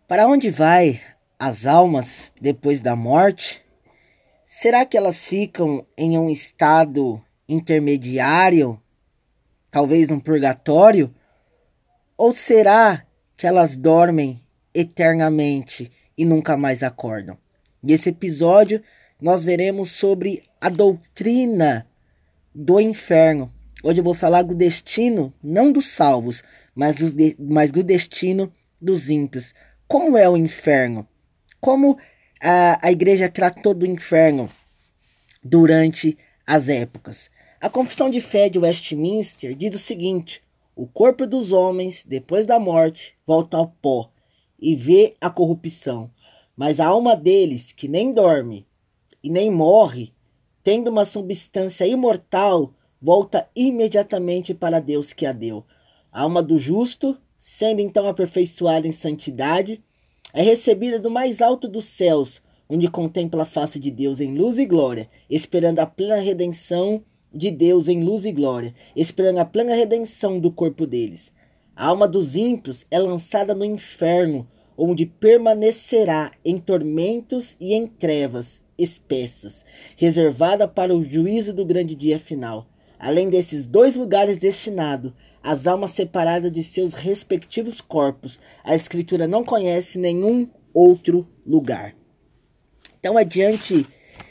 Para onde vai as almas depois da morte? Será que elas ficam em um estado intermediário, talvez um purgatório? Ou será que elas dormem eternamente e nunca mais acordam? Nesse episódio, nós veremos sobre a doutrina do inferno. Hoje eu vou falar do destino, não dos salvos, mas do destino dos ímpios. Como é o inferno? Como a igreja tratou do inferno durante as épocas? A Confissão de Fé de Westminster diz o seguinte: o corpo dos homens, depois da morte, volta ao pó e vê a corrupção. Mas a alma deles, que nem dorme e nem morre, tendo uma substância imortal, volta imediatamente para Deus que a deu. A alma do justo, sendo então aperfeiçoada em santidade, é recebida do mais alto dos céus, onde contempla a face de Deus em luz e glória, esperando a plena redenção de Deus em luz e glória, esperando a plena redenção do corpo deles. A alma dos ímpios é lançada no inferno, onde permanecerá em tormentos e em trevas espessas, reservada para o juízo do grande dia final. Além desses dois lugares destinados, as almas separadas de seus respectivos corpos, a Escritura não conhece nenhum outro lugar. Então, adiante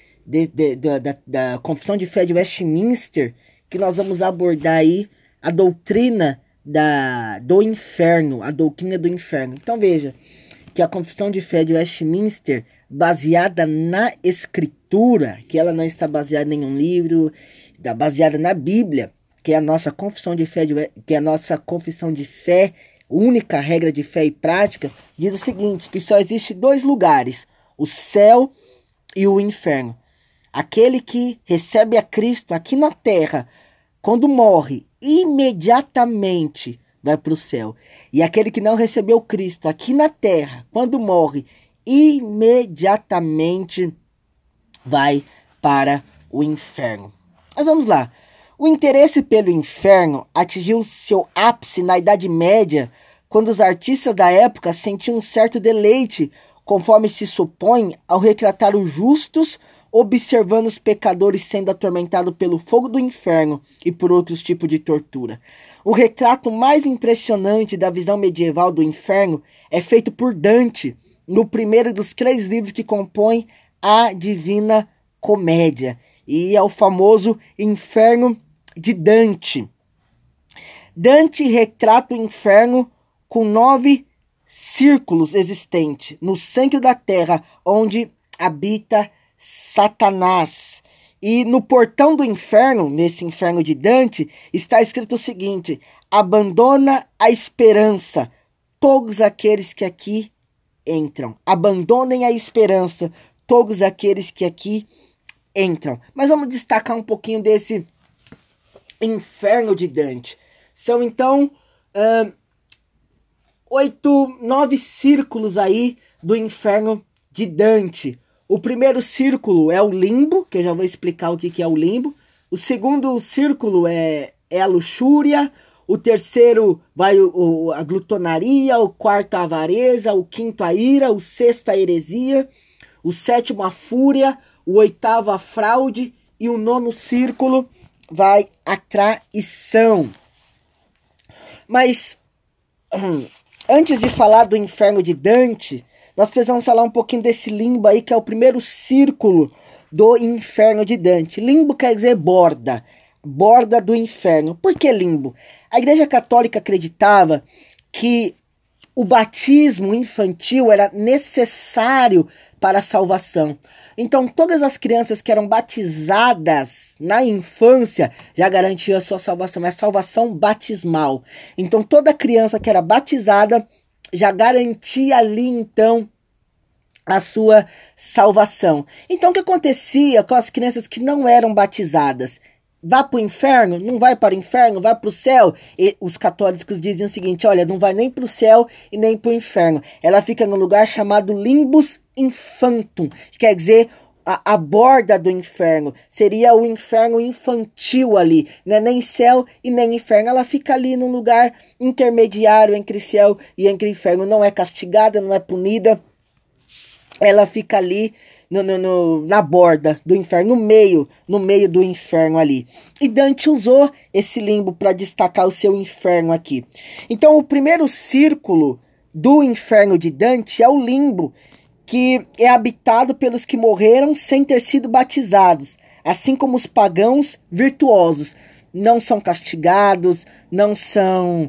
da Confissão de Fé de Westminster, que nós vamos abordar aí a doutrina do inferno, a doutrina do inferno. Então veja que a Confissão de Fé de Westminster, baseada na Escritura, que ela não está baseada em nenhum livro, está baseada na Bíblia, que é a nossa confissão de fé, única regra de fé e prática, diz o seguinte, que só existe dois lugares, o céu e o inferno. Aquele que recebe a Cristo aqui na terra, quando morre, imediatamente vai para o céu. E aquele que não recebeu Cristo aqui na terra, quando morre, imediatamente vai para o inferno. Mas vamos lá. O interesse pelo inferno atingiu seu ápice na Idade Média, quando os artistas da época sentiam um certo deleite, conforme se supõe, ao retratar os justos, observando os pecadores sendo atormentados pelo fogo do inferno e por outros tipos de tortura. O retrato mais impressionante da visão medieval do inferno é feito por Dante, no primeiro dos 3 livros que compõem a Divina Comédia, e é o famoso Inferno de Dante. Dante retrata o inferno com 9 círculos existentes no centro da terra, onde habita Satanás. E no portão do inferno, nesse inferno de Dante, está escrito o seguinte: abandona a esperança, todos aqueles que aqui entram. Abandonem a esperança, todos aqueles que aqui entram. Mas vamos destacar um pouquinho desse inferno de Dante. São então 9 círculos aí do inferno de Dante. O primeiro círculo é o limbo, que eu já vou explicar o que é o limbo. O segundo círculo é a luxúria. O terceiro vai a glutonaria. O quarto a avareza. O quinto a ira. O sexto a heresia. O sétimo a fúria. O oitavo a fraude. E o 9º círculo vai a traição. Mas antes de falar do inferno de Dante, nós precisamos falar um pouquinho desse limbo aí, que é o primeiro círculo do inferno de Dante. Limbo quer dizer borda, borda do inferno. Por que limbo? A Igreja Católica acreditava que o batismo infantil era necessário para a salvação. Então, todas as crianças que eram batizadas na infância já garantiam a sua salvação. É a salvação batismal. Então, toda criança que era batizada já garantia ali, então, a sua salvação. Então, o que acontecia com as crianças que não eram batizadas? Vá para o inferno? Não vai para o inferno? Vai para o céu? E os católicos dizem o seguinte: olha, não vai nem para o céu e nem para o inferno. Ela fica no lugar chamado limbus infantum, que quer dizer a borda do inferno. Seria o inferno infantil ali, né? Nem céu e nem inferno. Ela fica ali num lugar intermediário entre céu e entre inferno. Não é castigada, não é punida. Ela fica ali na borda do inferno, no meio do inferno ali. E Dante usou esse limbo para destacar o seu inferno aqui. Então o primeiro círculo do inferno de Dante é o limbo, que é habitado pelos que morreram sem ter sido batizados, assim como os pagãos virtuosos. Não são castigados, não são...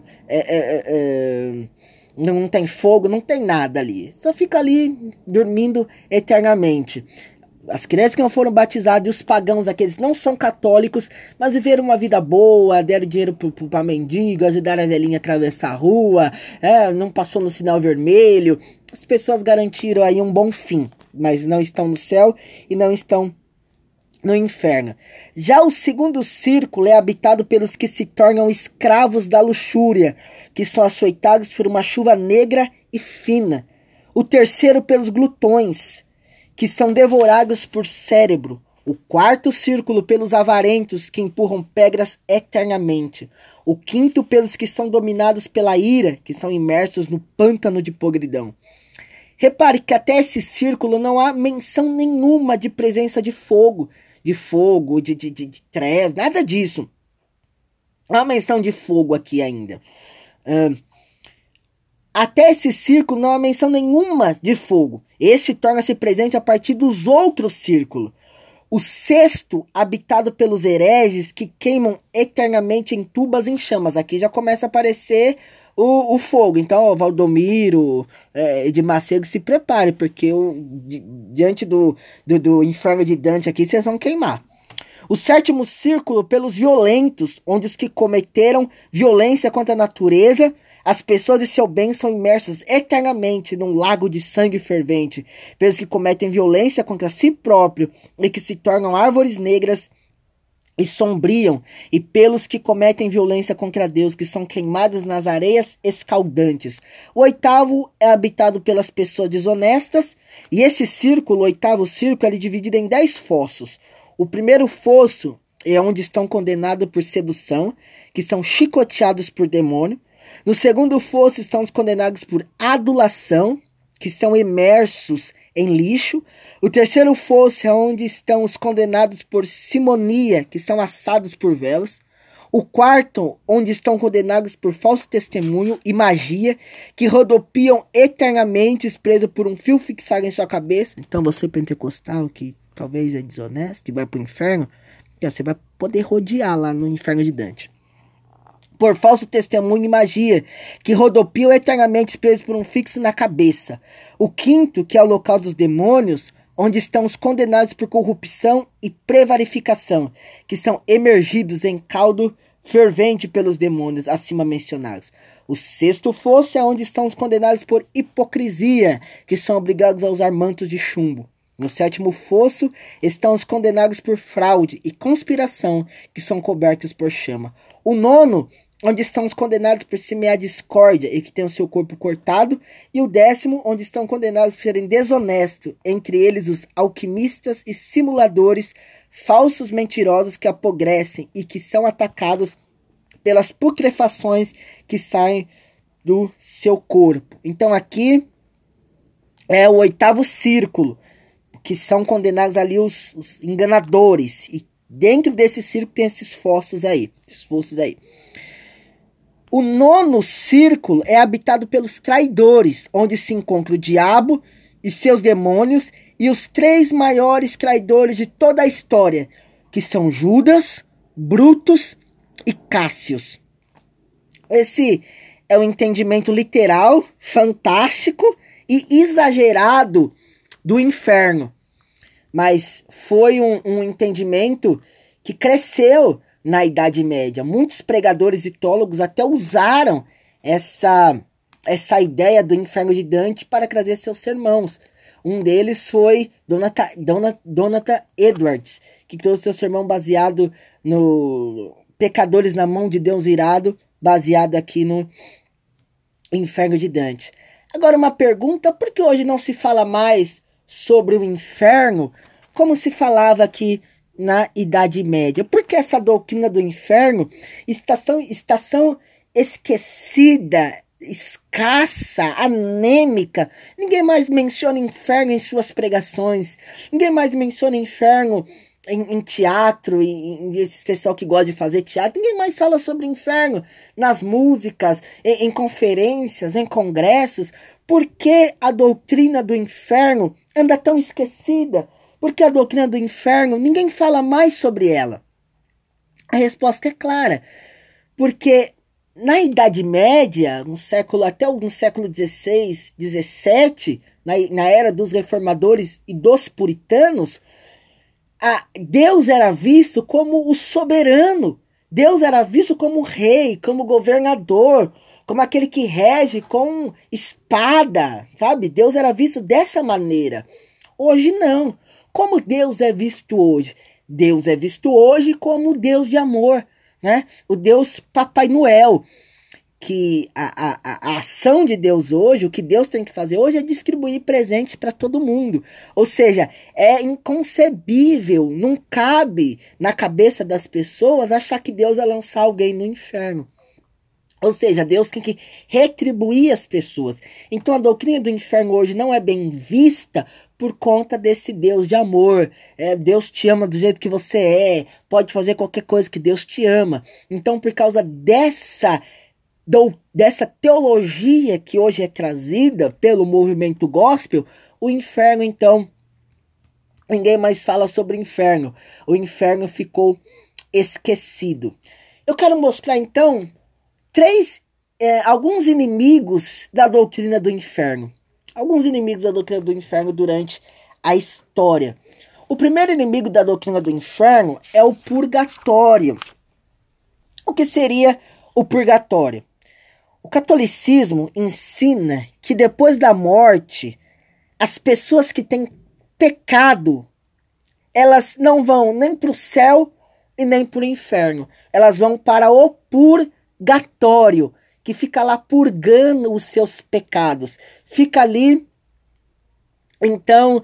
não tem fogo, não tem nada ali. Só fica ali dormindo eternamente. As crianças que não foram batizadas e os pagãos, aqueles não são católicos, mas viveram uma vida boa, deram dinheiro para mendigo, ajudaram a velhinha a atravessar a rua, não passou no sinal vermelho. As pessoas garantiram aí um bom fim, mas não estão no céu e não estão no inferno. Já o segundo círculo é habitado pelos que se tornam escravos da luxúria, que são açoitados por uma chuva negra e fina. O terceiro pelos glutões, que são devorados por cérebro. O quarto círculo pelos avarentos, que empurram pedras eternamente. O quinto pelos que são dominados pela ira, que são imersos no pântano de podridão. Repare que até esse círculo não há menção nenhuma de presença de fogo, de trevas, nada disso. Não há menção de fogo aqui ainda. Até esse círculo não há menção nenhuma de fogo. Este torna-se presente a partir dos outros círculos. O sexto, habitado pelos hereges que queimam eternamente em tubas em chamas. Aqui já começa a aparecer o fogo. Então, Valdomiro, de Macedo, se prepare, porque diante do inferno de Dante aqui, vocês vão queimar. O sétimo círculo pelos violentos, onde os que cometeram violência contra a natureza, as pessoas e seu bem são imersos eternamente num lago de sangue fervente, pelos que cometem violência contra si próprio e que se tornam árvores negras e sombriam, e pelos que cometem violência contra Deus, que são queimados nas areias escaldantes. O oitavo é habitado pelas pessoas desonestas, e esse círculo, o oitavo círculo, é dividido em 10 fossos. O primeiro fosso é onde estão condenados por sedução, que são chicoteados por demônio. No segundo fosso estão os condenados por adulação, que são imersos em lixo. O terceiro fosso é onde estão os condenados por simonia, que são assados por velas. O quarto, onde estão condenados por falso testemunho e magia, que rodopiam eternamente, presos por um fio fixado em sua cabeça. Então você pentecostal, que talvez é desonesto, que vai para o inferno, você vai poder rodear lá no inferno de Dante. Por falso testemunho e magia, que rodopiam eternamente presos por um fixo na cabeça. O quinto, que é o local dos demônios, onde estão os condenados por corrupção e prevarificação, que são emergidos em caldo fervente pelos demônios acima mencionados. O sexto fosso é onde estão os condenados por hipocrisia, que são obrigados a usar mantos de chumbo. No sétimo fosso estão os condenados por fraude e conspiração, que são cobertos por chama. O nono, onde estão os condenados por semear discórdia e que têm o seu corpo cortado. E o décimo, onde estão condenados por serem desonestos, entre eles os alquimistas e simuladores, falsos mentirosos que apodrecem e que são atacados pelas putrefações que saem do seu corpo. Então aqui é o oitavo círculo, que são condenados ali os enganadores. E dentro desse círculo tem esses fossos aí. O nono círculo é habitado pelos traidores, onde se encontra o diabo e seus demônios e os 3 maiores traidores de toda a história, que são Judas, Brutus e Cássius. Esse é o entendimento literal, fantástico e exagerado do inferno. Mas foi um entendimento que cresceu na Idade Média. Muitos pregadores e teólogos até usaram essa ideia do inferno de Dante para trazer seus sermãos. Um deles foi Jonathan Edwards, que trouxe seu sermão baseado no Pecadores na Mão de Deus Irado, baseado aqui no inferno de Dante. Agora uma pergunta, por que hoje não se fala mais sobre o inferno como se falava aqui na Idade Média. Porque essa doutrina do inferno está tão esquecida, escassa, anêmica. Ninguém mais menciona inferno em suas pregações. Ninguém mais menciona inferno em teatro, e esse pessoal que gosta de fazer teatro. Ninguém mais fala sobre inferno nas músicas, em conferências, em congressos. Por que a doutrina do inferno anda tão esquecida? Porque a doutrina do inferno, ninguém fala mais sobre ela. A resposta é clara. Porque na Idade Média, até no século XVI, XVII, na era dos reformadores e dos puritanos, Deus era visto como o soberano. Deus era visto como rei, como governador, como aquele que rege com espada, sabe? Deus era visto dessa maneira. Hoje não. Como Deus é visto hoje? Deus é visto hoje como o Deus de amor, né? O Deus Papai Noel. Que a ação de Deus hoje, o que Deus tem que fazer hoje é distribuir presentes para todo mundo. Ou seja, é inconcebível, não cabe na cabeça das pessoas achar que Deus vai lançar alguém no inferno. Ou seja, Deus tem que retribuir as pessoas. Então a doutrina do inferno hoje não é bem vista por conta desse Deus de amor. Deus te ama do jeito que você é, pode fazer qualquer coisa que Deus te ama. Então, por causa dessa teologia que hoje é trazida pelo movimento gospel, o inferno, então, ninguém mais fala sobre o inferno. O inferno ficou esquecido. Eu quero mostrar, então, alguns inimigos da doutrina do inferno. Alguns inimigos da doutrina do inferno durante a história. O primeiro inimigo da doutrina do inferno é o purgatório. O que seria o purgatório? O catolicismo ensina que depois da morte, as pessoas que têm pecado, elas não vão nem para o céu e nem para o inferno. Elas vão para o purgatório, que fica lá purgando os seus pecados. Fica ali, então,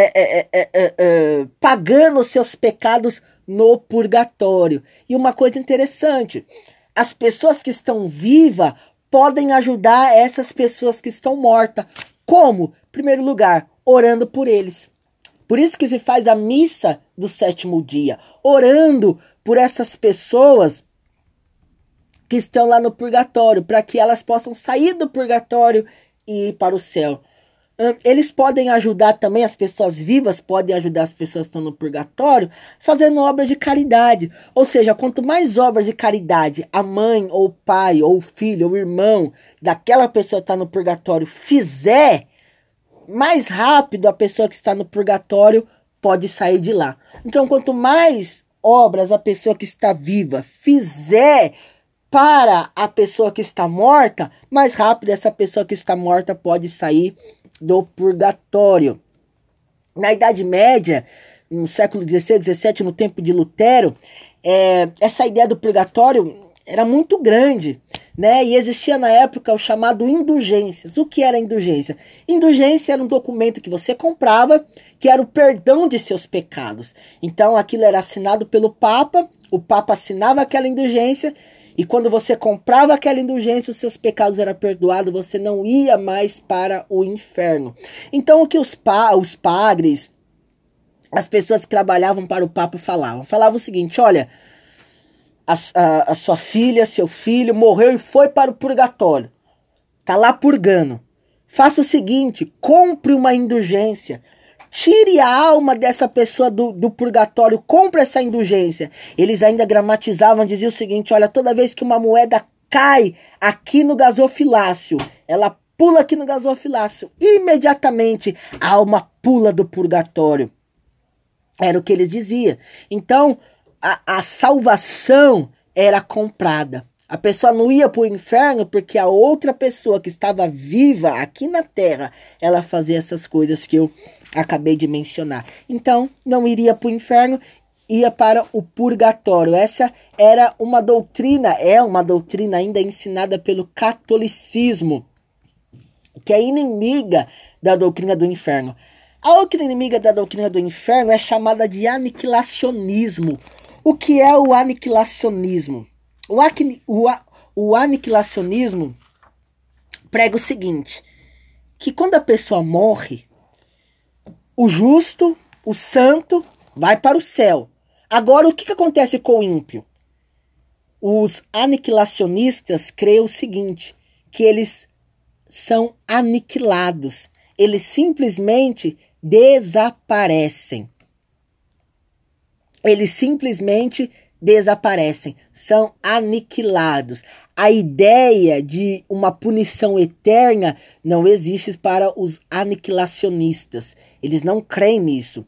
pagando os seus pecados no purgatório. E uma coisa interessante, as pessoas que estão vivas podem ajudar essas pessoas que estão mortas. Como? Em primeiro lugar, orando por eles. Por isso que se faz a missa do sétimo dia, orando por essas pessoas que estão lá no purgatório, para que elas possam sair do purgatório e ir para o céu. Eles podem ajudar também, as pessoas vivas podem ajudar as pessoas que estão no purgatório, fazendo obras de caridade. Ou seja, quanto mais obras de caridade a mãe, ou o pai, ou o filho, ou o irmão daquela pessoa que está no purgatório fizer, mais rápido a pessoa que está no purgatório pode sair de lá. Então, quanto mais obras a pessoa que está viva fizer para a pessoa que está morta, mais rápido essa pessoa que está morta pode sair do purgatório. Na Idade Média, no século XVI, XVII, no tempo de Lutero, essa ideia do purgatório era muito grande, né? E existia na época o chamado indulgências. O que era indulgência? Indulgência era um documento que você comprava, que era o perdão de seus pecados. Então aquilo era assinado pelo Papa, o Papa assinava aquela indulgência, e quando você comprava aquela indulgência, os seus pecados eram perdoados, você não ia mais para o inferno. Então o que os padres, as pessoas que trabalhavam para o Papa falavam o seguinte: olha, a sua filha, seu filho morreu e foi para o purgatório, tá lá purgando. Faça o seguinte, compre uma indulgência, tire a alma dessa pessoa do purgatório, compre essa indulgência. Eles ainda gramatizavam, diziam o seguinte: olha, toda vez que uma moeda cai aqui no gasofilácio, ela pula aqui no gasofilácio, imediatamente a alma pula do purgatório. Era o que eles diziam. Então, a salvação era comprada. A pessoa não ia para o inferno porque a outra pessoa que estava viva aqui na terra, ela fazia essas coisas que eu acabei de mencionar. Então, não iria para o inferno, ia para o purgatório. Essa era uma doutrina, é uma doutrina ainda ensinada pelo catolicismo, que é inimiga da doutrina do inferno. A outra inimiga da doutrina do inferno é chamada de aniquilacionismo. O que é o aniquilacionismo? O aniquilacionismo prega o seguinte, que quando a pessoa morre, o justo, o santo, vai para o céu. Agora, o que acontece com o ímpio? Os aniquilacionistas creem o seguinte, que eles são aniquilados. Eles simplesmente desaparecem. Eles simplesmente desaparecem. São aniquilados. A ideia de uma punição eterna não existe para os aniquilacionistas. Eles não creem nisso.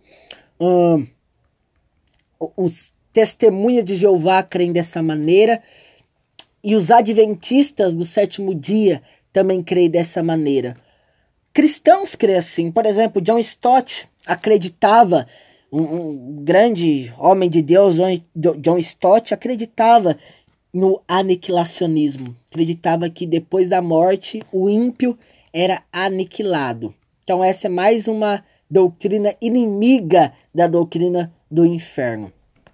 Os testemunhas de Jeová creem dessa maneira. E os adventistas do sétimo dia também creem dessa maneira. Cristãos creem assim. Por exemplo, John Stott acreditava, um grande homem de Deus, John Stott, acreditava no aniquilacionismo. Acreditava que depois da morte o ímpio era aniquilado. Então essa é mais uma doutrina inimiga da doutrina do inferno.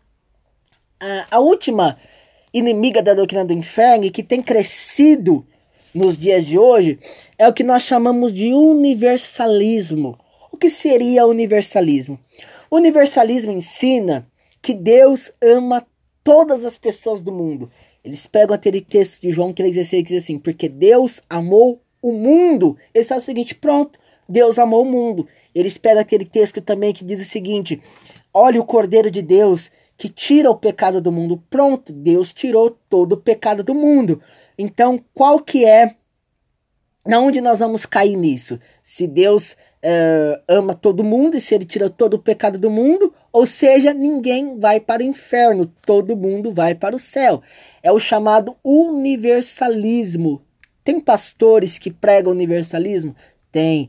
A última inimiga da doutrina do inferno e que tem crescido nos dias de hoje é o que nós chamamos de universalismo. O que seria universalismo? O universalismo ensina que Deus ama todas as pessoas do mundo. Eles pegam aquele texto de João 3,16 que diz assim, porque Deus amou o mundo. Esse é o seguinte, pronto, Deus amou o mundo. Eles pegam aquele texto também que diz o seguinte, olha o Cordeiro de Deus que tira o pecado do mundo. Pronto, Deus tirou todo o pecado do mundo. Então, qual que é, onde nós vamos cair nisso? Se Deus ama todo mundo e se ele tira todo o pecado do mundo, ou seja, ninguém vai para o inferno, todo mundo vai para o céu. É o chamado universalismo. Tem pastores que pregam universalismo? Tem.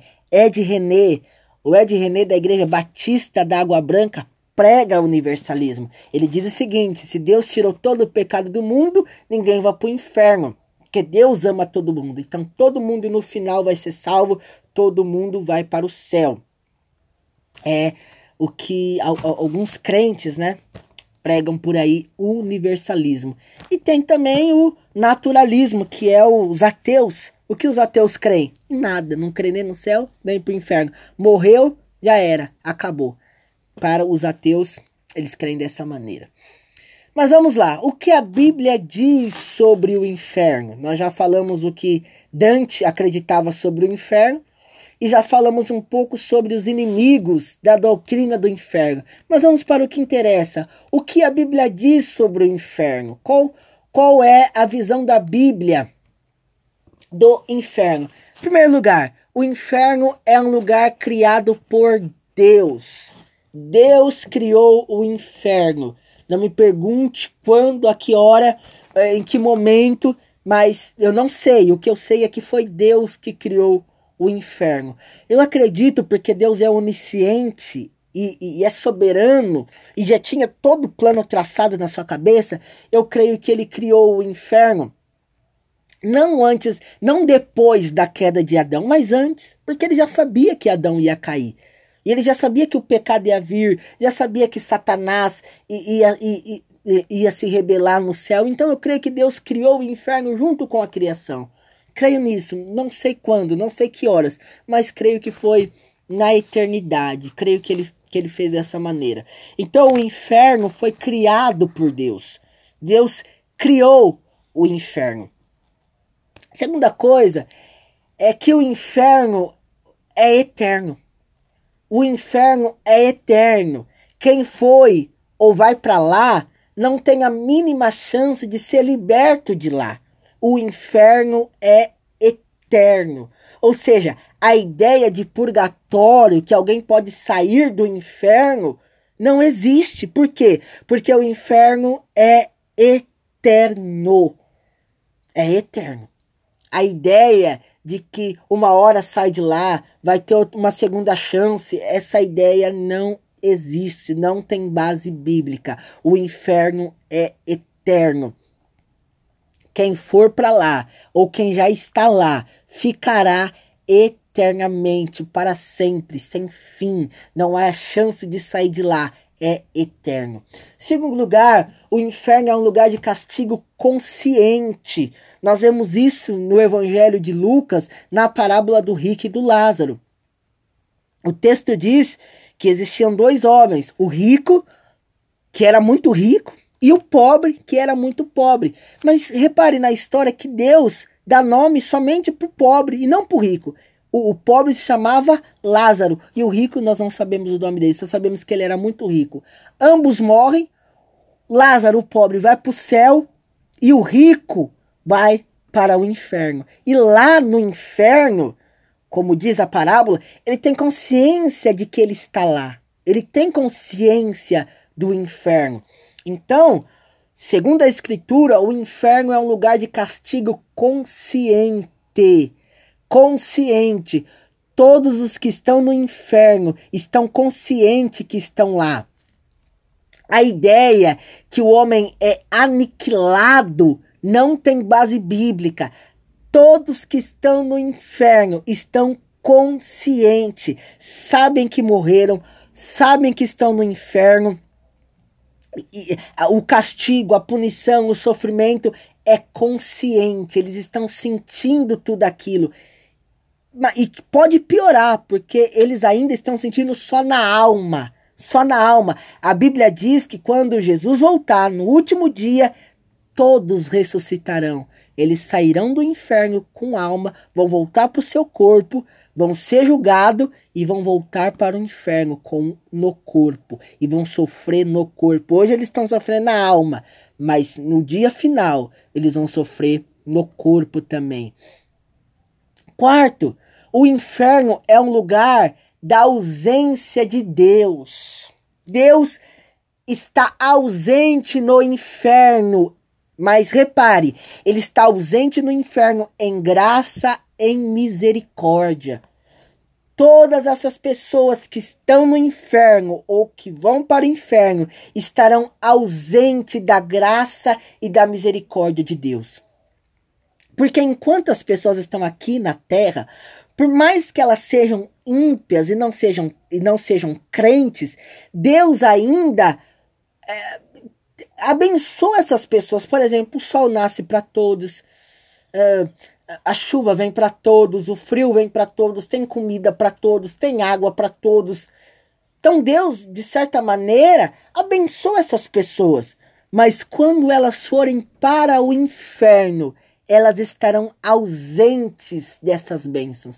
O Ed René da Igreja Batista da Água Branca prega universalismo. Ele diz o seguinte, se Deus tirou todo o pecado do mundo, ninguém vai para o inferno. Porque Deus ama todo mundo. Então todo mundo no final vai ser salvo, todo mundo vai para o céu. É o que alguns crentes, né, pregam por aí, o universalismo. E tem também o naturalismo, que é os ateus. O que os ateus creem? Nada, não creem nem no céu, nem para o inferno. Morreu, já era, acabou. Para os ateus, eles creem dessa maneira. Mas vamos lá, o que a Bíblia diz sobre o inferno? Nós já falamos o que Dante acreditava sobre o inferno e já falamos um pouco sobre os inimigos da doutrina do inferno. Mas vamos para o que interessa. O que a Bíblia diz sobre o inferno? Qual é a visão da Bíblia do inferno? Em primeiro lugar, o inferno é um lugar criado por Deus. Deus criou o inferno. Não me pergunte quando, a que hora, em que momento, mas eu não sei. O que eu sei é que foi Deus que criou o inferno. Eu acredito porque Deus é onisciente e é soberano e já tinha todo o plano traçado na sua cabeça. Eu creio que ele criou o inferno não antes, não depois da queda de Adão, mas antes, porque ele já sabia que Adão ia cair. E ele já sabia que o pecado ia vir, já sabia que Satanás ia se rebelar no céu. Então eu creio que Deus criou o inferno junto com a criação. Creio nisso, não sei quando, não sei que horas, mas creio que foi na eternidade. Creio que ele fez dessa maneira. Então o inferno foi criado por Deus. Deus criou o inferno. Segunda coisa é que o inferno é eterno. O inferno é eterno. Quem foi ou vai para lá não tem a mínima chance de ser liberto de lá. O inferno é eterno. Ou seja, a ideia de purgatório, que alguém pode sair do inferno, não existe. Por quê? Porque o inferno é eterno. É eterno. A ideia de que uma hora sai de lá, vai ter uma segunda chance, essa ideia não existe, não tem base bíblica. O inferno é eterno. Quem for para lá, ou quem já está lá, ficará eternamente eternamente, para sempre, sem fim. Não há chance de sair de lá. É eterno. Segundo lugar, o inferno é um lugar de castigo consciente. Nós vemos isso no Evangelho de Lucas, na parábola do rico e do Lázaro. O texto diz que existiam dois homens, o rico, que era muito rico, e o pobre, que era muito pobre. Mas repare na história que Deus dá nome somente para o pobre e não para o rico. O pobre se chamava Lázaro e o rico nós não sabemos o nome dele, só sabemos que ele era muito rico. Ambos morrem, Lázaro, o pobre, vai para o céu e o rico vai para o inferno. E lá no inferno, como diz a parábola, ele tem consciência de que ele está lá. Ele tem consciência do inferno. Então, segundo a Escritura, o inferno é um lugar de castigo consciente. Consciente. Todos os que estão no inferno estão conscientes que estão lá. A ideia que o homem é aniquilado não tem base bíblica. Todos que estão no inferno estão conscientes, sabem que morreram, sabem que estão no inferno. E o castigo, a punição, o sofrimento é consciente, eles estão sentindo tudo aquilo. E pode piorar, porque eles ainda estão sentindo só na alma. Só na alma. A Bíblia diz que quando Jesus voltar no último dia, todos ressuscitarão. Eles sairão do inferno com alma, vão voltar para o seu corpo, vão ser julgados e vão voltar para o inferno no corpo. E vão sofrer no corpo. Hoje eles estão sofrendo na alma, mas no dia final eles vão sofrer no corpo também. Quarto, o inferno é um lugar da ausência de Deus. Deus está ausente no inferno. Mas repare, ele está ausente no inferno em graça, em misericórdia. Todas essas pessoas que estão no inferno ou que vão para o inferno estarão ausentes da graça e da misericórdia de Deus. Porque enquanto as pessoas estão aqui na terra, por mais que elas sejam ímpias e não sejam crentes, Deus ainda abençoa essas pessoas. Por exemplo, o sol nasce para todos, a chuva vem para todos, o frio vem para todos, tem comida para todos, tem água para todos. Então Deus, de certa maneira, abençoa essas pessoas. Mas quando elas forem para o inferno, elas estarão ausentes dessas bênçãos.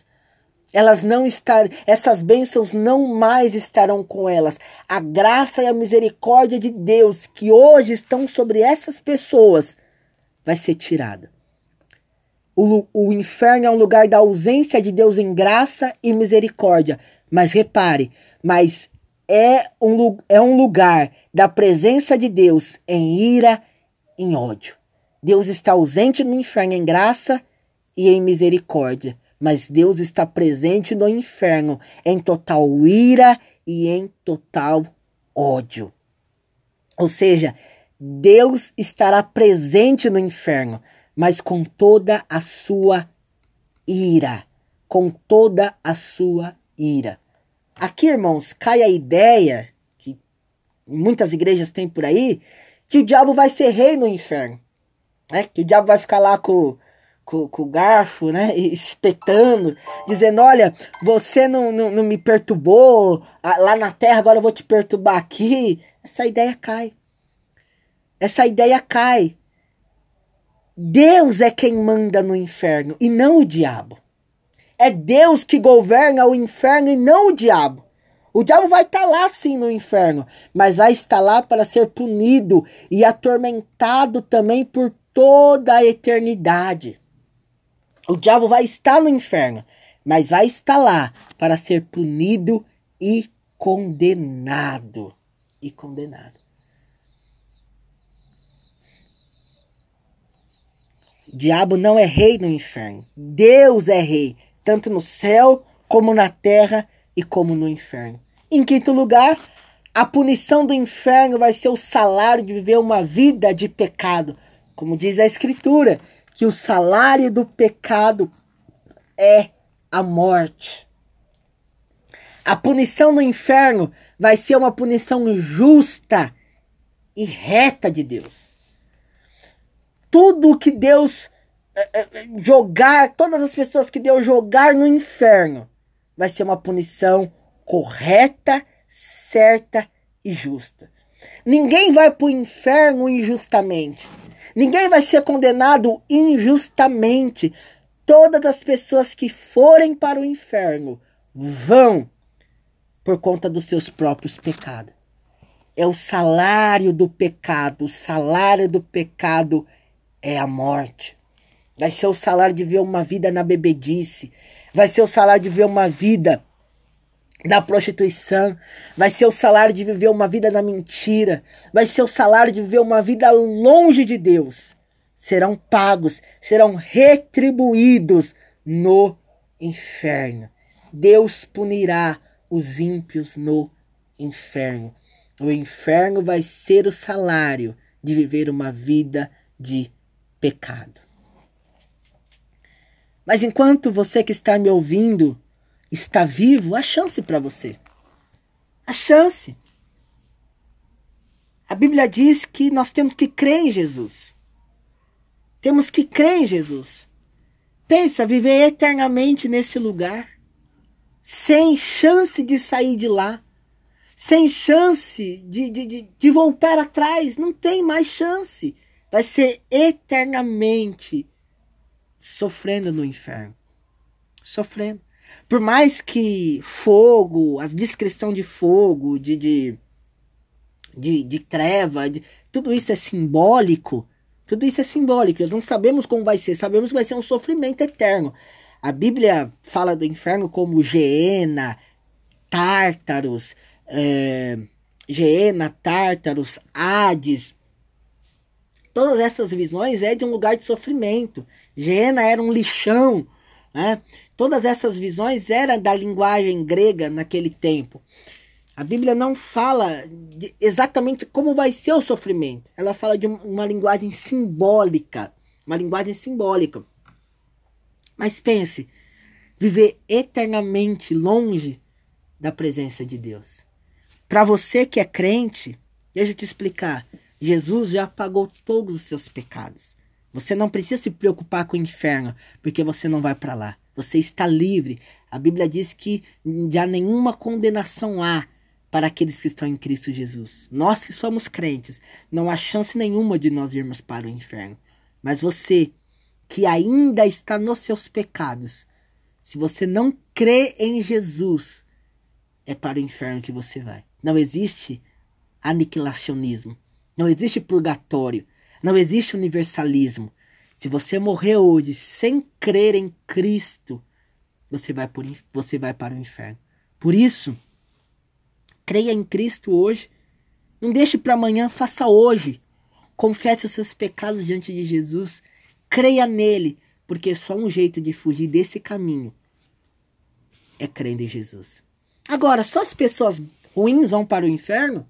Essas bênçãos não mais estarão com elas. A graça e a misericórdia de Deus que hoje estão sobre essas pessoas vai ser tirada. O inferno é um lugar da ausência de Deus em graça e misericórdia. Mas repare, é um lugar da presença de Deus em ira, em ódio. Deus está ausente no inferno em graça e em misericórdia. Mas Deus está presente no inferno em total ira e em total ódio. Ou seja, Deus estará presente no inferno, mas com toda a sua ira. Com toda a sua ira. Aqui, irmãos, cai a ideia, que muitas igrejas têm por aí, que o diabo vai ser rei no inferno. Que o diabo vai ficar lá com o garfo, né, espetando, dizendo, olha, você não me perturbou lá na terra, agora eu vou te perturbar aqui. Essa ideia cai. Essa ideia cai. Deus é quem manda no inferno e não o diabo. É Deus que governa o inferno e não o diabo. O diabo vai estar lá sim no inferno, mas vai estar lá para ser punido e atormentado também por toda a eternidade. O diabo vai estar no inferno, mas vai estar lá para ser punido e condenado. E condenado. O diabo não é rei no inferno. Deus é rei, tanto no céu, como na terra e como no inferno. Em quinto lugar, a punição do inferno vai ser o salário de viver uma vida de pecado. Como diz a Escritura, que o salário do pecado é a morte. A punição no inferno vai ser uma punição justa e reta de Deus. Tudo que Deus jogar, todas as pessoas que Deus jogar no inferno, vai ser uma punição correta, certa e justa. Ninguém vai para o inferno injustamente. Ninguém vai ser condenado injustamente. Todas as pessoas que forem para o inferno vão por conta dos seus próprios pecados. É o salário do pecado. O salário do pecado é a morte. Vai ser o salário de ver uma vida na bebedice. Vai ser o salário de ver uma vida da prostituição. Vai ser o salário de viver uma vida na mentira. Vai ser o salário de viver uma vida longe de Deus. Serão pagos, serão retribuídos no inferno. Deus punirá os ímpios no inferno. O inferno vai ser o salário de viver uma vida de pecado. Mas enquanto você que está me ouvindo está vivo, há chance para você. Há chance. A Bíblia diz que nós temos que crer em Jesus. Temos que crer em Jesus. Pensa, viver eternamente nesse lugar, sem chance de sair de lá, sem chance de voltar atrás. Não tem mais chance. Vai ser eternamente sofrendo no inferno. Sofrendo. Por mais que fogo, a descrição de fogo, de treva, tudo isso é simbólico. Tudo isso é simbólico. Nós não sabemos como vai ser. Sabemos que vai ser um sofrimento eterno. A Bíblia fala do inferno como Geena, Tártaros, Hades. Todas essas visões é de um lugar de sofrimento. Geena era um lixão, né? Todas essas visões eram da linguagem grega naquele tempo. A Bíblia não fala exatamente como vai ser o sofrimento. Ela fala de uma linguagem simbólica. Uma linguagem simbólica. Mas pense, viver eternamente longe da presença de Deus. Para você que é crente, deixa eu te explicar. Jesus já pagou todos os seus pecados. Você não precisa se preocupar com o inferno, porque você não vai para lá. Você está livre. A Bíblia diz que já nenhuma condenação há para aqueles que estão em Cristo Jesus. Nós que somos crentes, não há chance nenhuma de nós irmos para o inferno. Mas você que ainda está nos seus pecados, se você não crê em Jesus, é para o inferno que você vai. Não existe aniquilacionismo. Não existe purgatório. Não existe universalismo. Se você morrer hoje sem crer em Cristo, você vai para o inferno. Por isso, creia em Cristo hoje. Não deixe para amanhã, faça hoje. Confesse os seus pecados diante de Jesus. Creia nele, porque só um jeito de fugir desse caminho é crendo em Jesus. Agora, só as pessoas ruins vão para o inferno?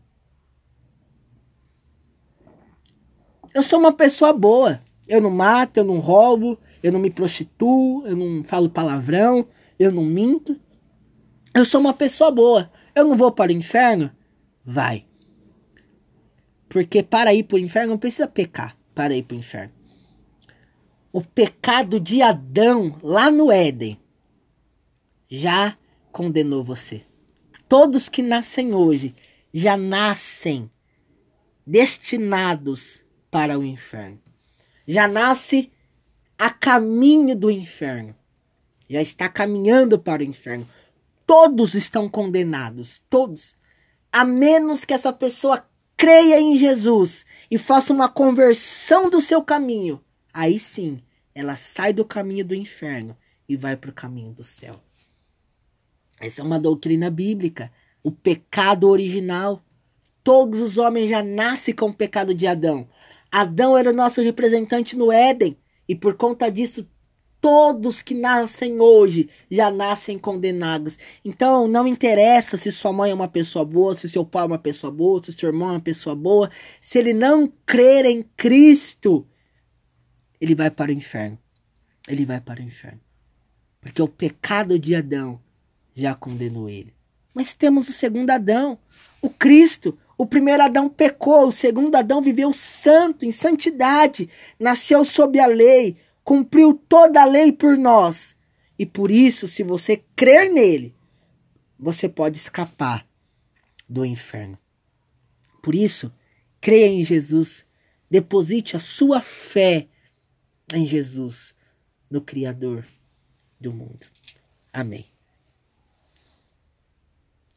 Eu sou uma pessoa boa. Eu não mato, eu não roubo, eu não me prostituo, eu não falo palavrão, eu não minto. Eu sou uma pessoa boa. Eu não vou para o inferno? Vai. Porque para ir para o inferno não precisa pecar para ir para o inferno. O pecado de Adão lá no Éden já condenou você. Todos que nascem hoje já nascem destinados para o inferno. Já nasce a caminho do inferno. Já está caminhando para o inferno. Todos estão condenados. Todos. A menos que essa pessoa creia em Jesus e faça uma conversão do seu caminho. Aí sim, ela sai do caminho do inferno e vai para o caminho do céu. Essa é uma doutrina bíblica. O pecado original. Todos os homens já nascem com o pecado de Adão. Adão era o nosso representante no Éden. E por conta disso, todos que nascem hoje já nascem condenados. Então, não interessa se sua mãe é uma pessoa boa, se seu pai é uma pessoa boa, se seu irmão é uma pessoa boa. Se ele não crer em Cristo, ele vai para o inferno. Ele vai para o inferno. porque o pecado de Adão já condenou ele. Mas temos o segundo Adão, o Cristo. O primeiro Adão pecou, o segundo Adão viveu santo, em santidade, nasceu sob a lei, cumpriu toda a lei por nós. E por isso, se você crer nele, você pode escapar do inferno. Por isso, creia em Jesus, deposite a sua fé em Jesus, no Criador do mundo. Amém.